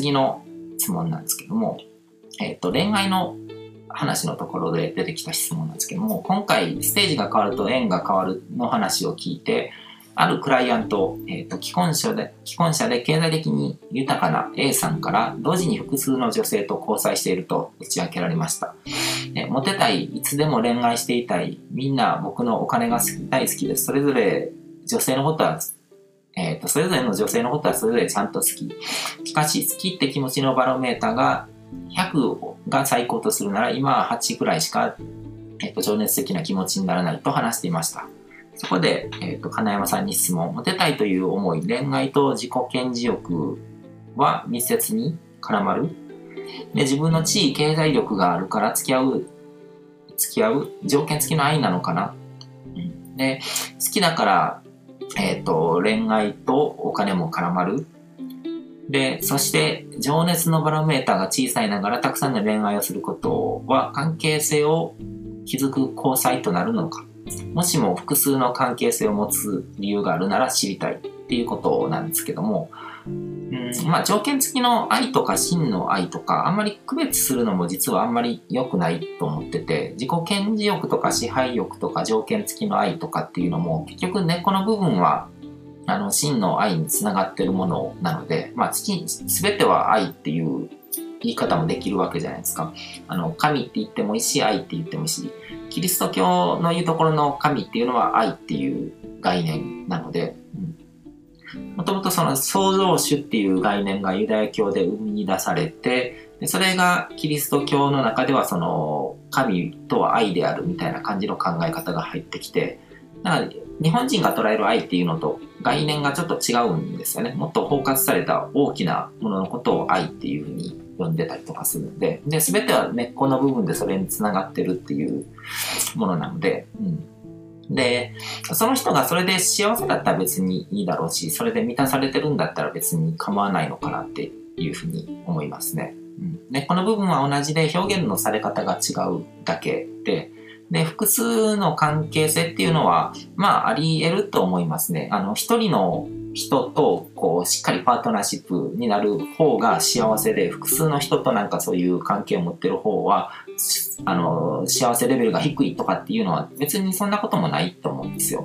次の質問なんですけども、恋愛の話のところで出てきた質問なんですけども、今回ステージが変わると縁が変わるの話を聞いて、あるクライアント、既婚者で経済的に豊かな A さんから同時に複数の女性と交際していると打ち明けられました。モテたい、いつでも恋愛していたい、みんな僕のお金が大好きです。それぞれの女性のことはそれぞれちゃんと好き。しかし、好きって気持ちのバロメーターが100が最高とするなら、今は8くらいしか、情熱的な気持ちにならないと話していました。そこで、金山さんに質問。モテたいという思い、恋愛と自己顕示欲は密接に絡まる。で、自分の地位、経済力があるから付き合う条件付きの愛なのかな。で、好きだから、恋愛とお金も絡まる。で、そして情熱のバロメーターが小さいながらたくさんの恋愛をすることは関係性を築く交際となるのか。もしも複数の関係性を持つ理由があるなら知りたいっていうことなんですけども、条件付きの愛とか真の愛とかあんまり区別するのも実はあんまり良くないと思ってて、自己顕示欲とか支配欲とか条件付きの愛とかっていうのも結局根っこの部分は真の愛につながってるものなので、全ては愛っていう言い方もできるわけじゃないですか。神って言ってもいいし、愛って言ってもいいし、キリスト教の言うところの神っていうのは愛っていう概念なので、もともとその創造主っていう概念がユダヤ教で生み出されて、でそれがキリスト教の中ではその神とは愛であるみたいな感じの考え方が入ってきて、だから日本人が捉える愛っていうのと概念がちょっと違うんですよね。もっと包括された大きなもののことを愛っていうふうに呼んでたりとかするので、全ては根っこの部分でそれにつながってるっていうものなので、で、その人がそれで幸せだったら別にいいだろうし、それで満たされてるんだったら別に構わないのかなっていうふうに思いますね。根っこの部分は同じで表現のされ方が違うだけで、複数の関係性っていうのは、あり得ると思いますね。一人の人と、しっかりパートナーシップになる方が幸せで、複数の人となんかそういう関係を持ってる方は、幸せレベルが低いとかっていうのは別にそんなこともないと思うんですよ。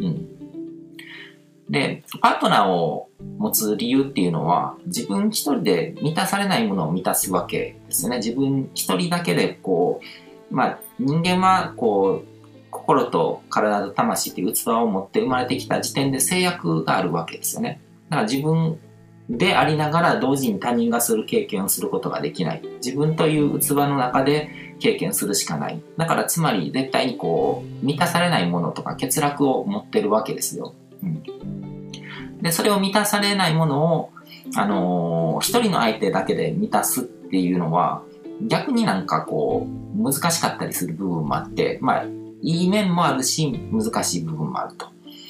で、パートナーを持つ理由っていうのは、自分一人で満たされないものを満たすわけですね。自分一人だけで人間は心と体と魂っていう器を持って生まれてきた時点で制約があるわけですよね。だから自分でありながら同時に他人がする経験をすることができない。自分という器の中で経験するしかない。だからつまり絶対に満たされないものとか欠落を持ってるわけですよ。で、それを満たされないものを一人の相手だけで満たすっていうのは逆になんか難しかったりする部分もあって、いい面もあるし難しい部分もあると。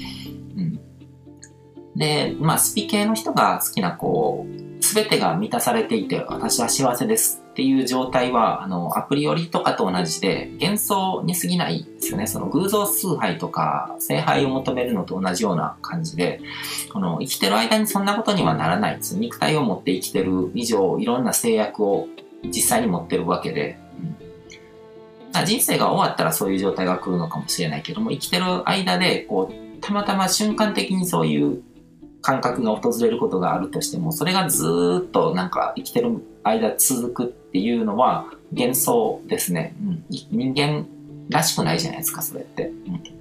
で、スピ系の人が好きな全てが満たされていて私は幸せですっていう状態はアプリよりとかと同じで幻想に過ぎないですよね。その偶像崇拝とか聖杯を求めるのと同じような感じで、生きてる間にそんなことにはならないです。肉体を持って生きてる以上いろんな制約を実際に持ってるわけで、人生が終わったらそういう状態が来るのかもしれないけども、生きてる間でたまたま瞬間的にそういう感覚が訪れることがあるとしても、それがずーっとなんか生きてる間続くっていうのは幻想ですね。人間らしくないじゃないですか、それって。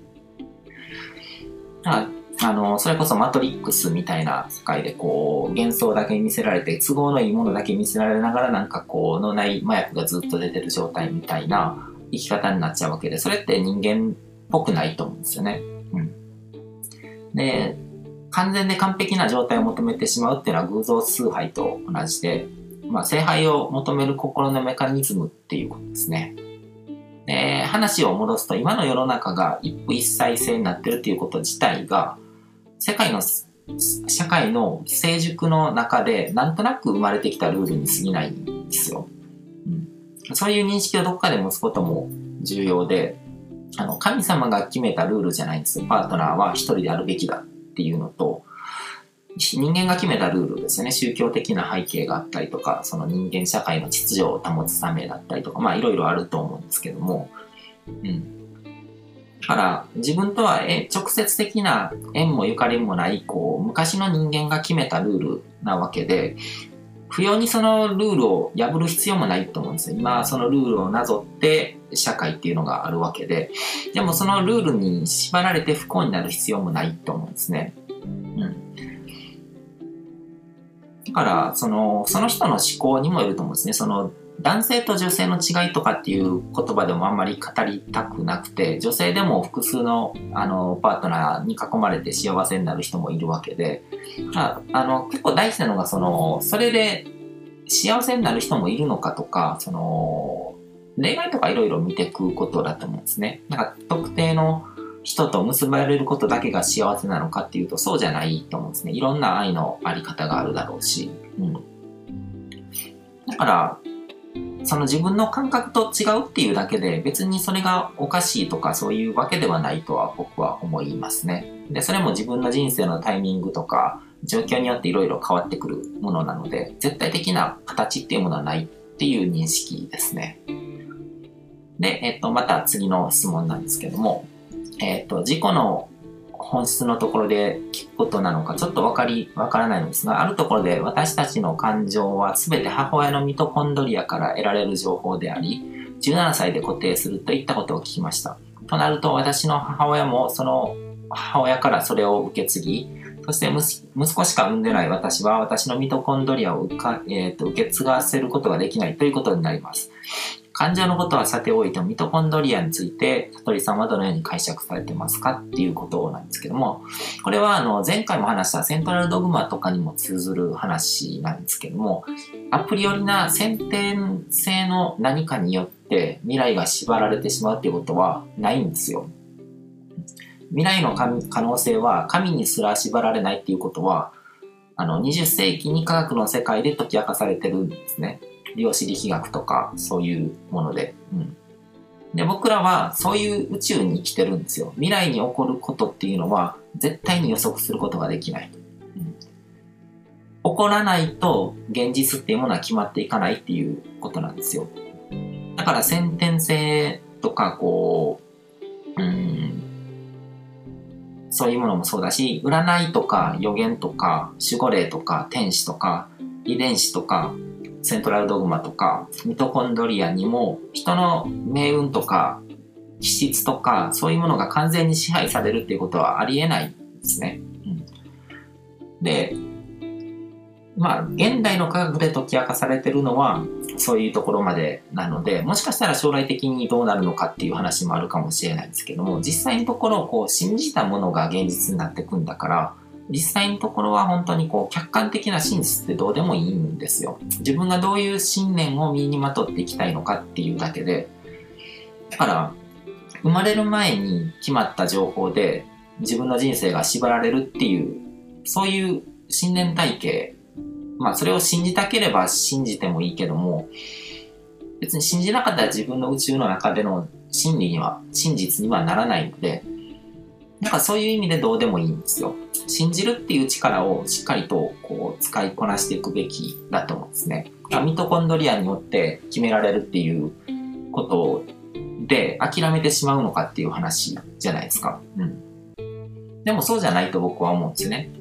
それこそマトリックスみたいな世界で幻想だけ見せられて都合のいいものだけ見せられながらなんか脳内麻薬がずっと出てる状態みたいな生き方になっちゃうわけで、それって人間っぽくないと思うんですよね。で、完全で完璧な状態を求めてしまうっていうのは偶像崇拝と同じで、聖杯を求める心のメカニズムっていうことですね。で、話を戻すと今の世の中が一夫一妻制になってるっていうこと自体が社会の成熟の中でなんとなく生まれてきたルールに過ぎないんですよ。そういう認識をどこかで持つことも重要で、神様が決めたルールじゃないんですよ。パートナーは一人であるべきだっていうのと、 人間が決めたルールですよね。宗教的な背景があったりとか、その人間社会の秩序を保つためだったりとか、まあいろいろあると思うんですけども、だから自分とは直接的な縁もゆかりもない昔の人間が決めたルールなわけで、不要にそのルールを破る必要もないと思うんですよ。今そのルールをなぞって社会っていうのがあるわけで、でもそのルールに縛られて不幸になる必要もないと思うんですね。だからその人の思考にもよると思うんですね。その男性と女性の違いとかっていう言葉でもあんまり語りたくなくて、女性でも複数のパートナーに囲まれて幸せになる人もいるわけで、結構大事なのがそれで幸せになる人もいるのかとか、例外とかいろいろ見ていくことだと思うんですね。なんか特定の人と結ばれることだけが幸せなのかっていうとそうじゃないと思うんですね。いろんな愛のあり方があるだろうし、だからその自分の感覚と違うっていうだけで別にそれがおかしいとかそういうわけではないとは僕は思いますね。で、それも自分の人生のタイミングとか状況によっていろいろ変わってくるものなので、絶対的な形っていうものはないっていう認識ですね。で、また次の質問なんですけども、自己の本質のところで聞くことなのかちょっとわからないのですが、あるところで私たちの感情は全て母親のミトコンドリアから得られる情報であり、17歳で固定するといったことを聞きました。となると私の母親もその母親からそれを受け継ぎ、そして息子しか産んでない私は私のミトコンドリアを受け継がせることができないということになります。感情のことはさておいてもミトコンドリアについてさとりさんはどのように解釈されてますかっていうことなんですけども、これは前回も話したセントラルドグマとかにも通ずる話なんですけども、アプリよりな先天性の何かによって未来が縛られてしまうっていうことはないんですよ。未来の可能性は神にすら縛られないっていうことは20世紀に科学の世界で解き明かされてるんですね。量子力学とかそういうもので、で僕らはそういう宇宙に生きてるんですよ。未来に起こることっていうのは絶対に予測することができない、起こらないと現実っていうものは決まっていかないっていうことなんですよ。だから先天性とかそういうものもそうだし、占いとか予言とか守護霊とか天使とか遺伝子とかセントラルドグマとかミトコンドリアにも人の命運とか気質とかそういうものが完全に支配されるっていうことはありえないんですね。で、現代の科学で解き明かされてるのはそういうところまでなので、もしかしたら将来的にどうなるのかっていう話もあるかもしれないんですけども、実際のところ信じたものが現実になってくんだから、実際のところは本当に客観的な真実ってどうでもいいんですよ。自分がどういう信念を身にまとっていきたいのかっていうだけで、だから生まれる前に決まった情報で自分の人生が縛られるっていうそういう信念体系、それを信じたければ信じてもいいけども、別に信じなかったら自分の宇宙の中での真実にはならないので、なんかそういう意味でどうでもいいんですよ。信じるっていう力をしっかりと使いこなしていくべきだと思うんですね。ミトコンドリアによって決められるっていうことで諦めてしまうのかっていう話じゃないですか。でもそうじゃないと僕は思うんですね。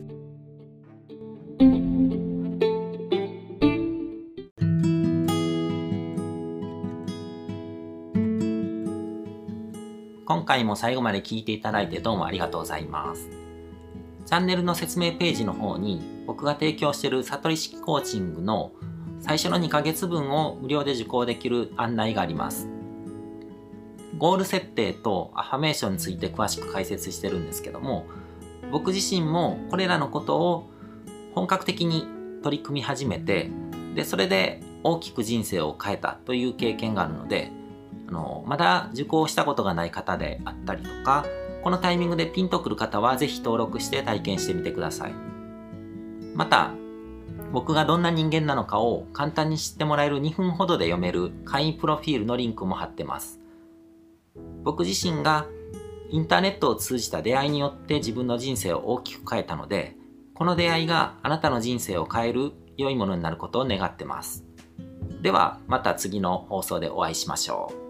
今回も最後まで聞いていただいてどうもありがとうございます。チャンネルの説明ページの方に僕が提供している悟り式コーチングの最初の2ヶ月分を無料で受講できる案内があります。ゴール設定とアファメーションについて詳しく解説してるんですけども、僕自身もこれらのことを本格的に取り組み始めて、でそれで大きく人生を変えたという経験があるので、まだ受講したことがない方であったりとか、このタイミングでピンとくる方はぜひ登録して体験してみてください。また、僕がどんな人間なのかを簡単に知ってもらえる2分ほどで読める会員プロフィールのリンクも貼ってます。僕自身がインターネットを通じた出会いによって自分の人生を大きく変えたので、 この出会いがあなたの人生を変える良いものになることを願ってます。ではまた次の放送でお会いしましょう。